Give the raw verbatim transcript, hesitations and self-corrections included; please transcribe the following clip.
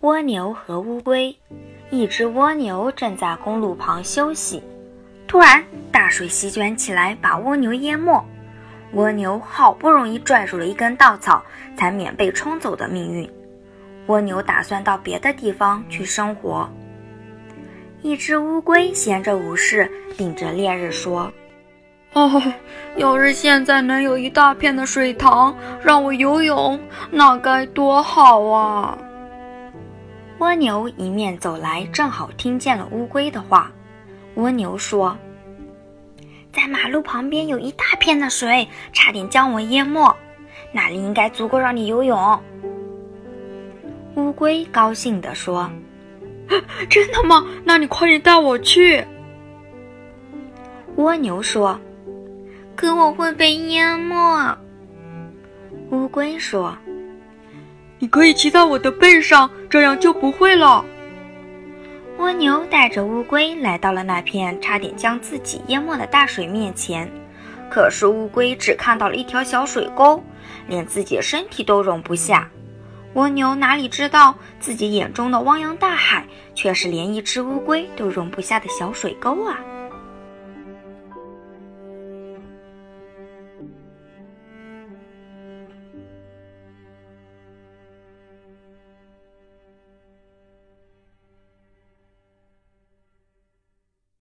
蜗牛和乌龟。一只蜗牛正在公路旁休息，突然大水席卷起来，把蜗牛淹没。蜗牛好不容易拽住了一根稻草，才免被冲走的命运。蜗牛打算到别的地方去生活。一只乌龟闲着无事，顶着烈日说： 哦，要是现在能有一大片的水塘让我游泳，那该多好啊！ 蜗牛迎面走来，正好听见了乌龟的话。蜗牛说：在马路旁边有一大片的水，差点将我淹没，那里应该足够让你游泳。乌龟高兴地说： 真的吗？那你快点带我去。 蜗牛说：可我会被淹没。乌龟说： 你可以骑在我的背上，这样就不会了。 蜗牛带着乌龟来到了那片差点将自己淹没的大水面前，可是乌龟只看到了一条小水沟，连自己的身体都容不下。蜗牛哪里知道自己眼中的汪洋大海，却是连一只乌龟都容不下的小水沟啊！